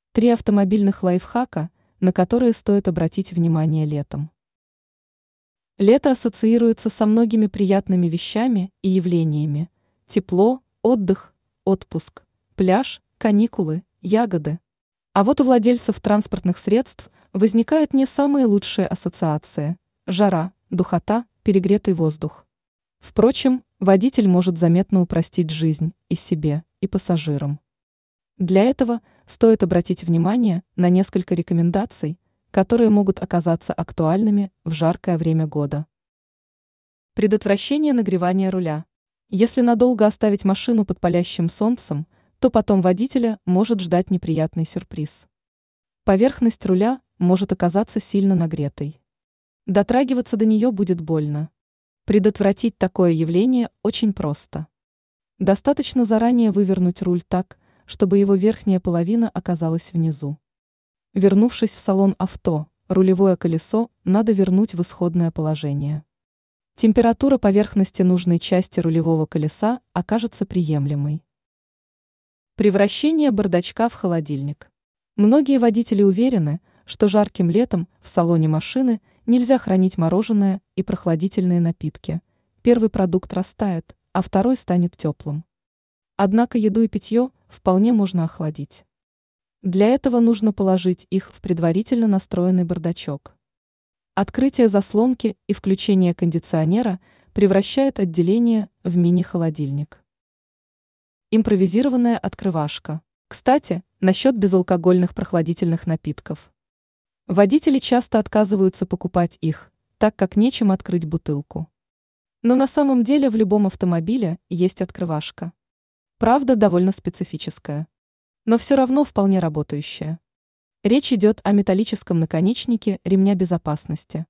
3 автомобильных лайфхака, на которые стоит обратить внимание летом. Лето ассоциируется со многими приятными вещами и явлениями. Тепло, отдых, отпуск, пляж, каникулы, ягоды. А вот у владельцев транспортных средств возникают не самые лучшие ассоциации: жара, духота, перегретый воздух. Впрочем, водитель может заметно упростить жизнь и себе, и пассажирам. Для этого стоит обратить внимание на несколько рекомендаций, которые могут оказаться актуальными в жаркое время года. Предотвращение нагревания руля. Если надолго оставить машину под палящим солнцем, то потом водителя может ждать неприятный сюрприз. Поверхность руля может оказаться сильно нагретой. Дотрагиваться до нее будет больно. Предотвратить такое явление очень просто. Достаточно заранее вывернуть руль так, чтобы его верхняя половина оказалась внизу. Вернувшись в салон авто, рулевое колесо надо вернуть в исходное положение. Температура поверхности нужной части рулевого колеса окажется приемлемой. Превращение бардачка в холодильник. Многие водители уверены, что жарким летом в салоне машины нельзя хранить мороженое и прохладительные напитки. Первый продукт растает, а второй станет теплым. Однако еду и питье вполне можно охладить. Для этого нужно положить их в предварительно настроенный бардачок. Открытие заслонки и включение кондиционера превращает отделение в мини-холодильник. Импровизированная открывашка. Кстати, насчет безалкогольных прохладительных напитков. Водители часто отказываются покупать их, так как нечем открыть бутылку. Но на самом деле в любом автомобиле есть открывашка. Правда, довольно специфическая, но все равно вполне работающая. Речь идет о металлическом наконечнике ремня безопасности.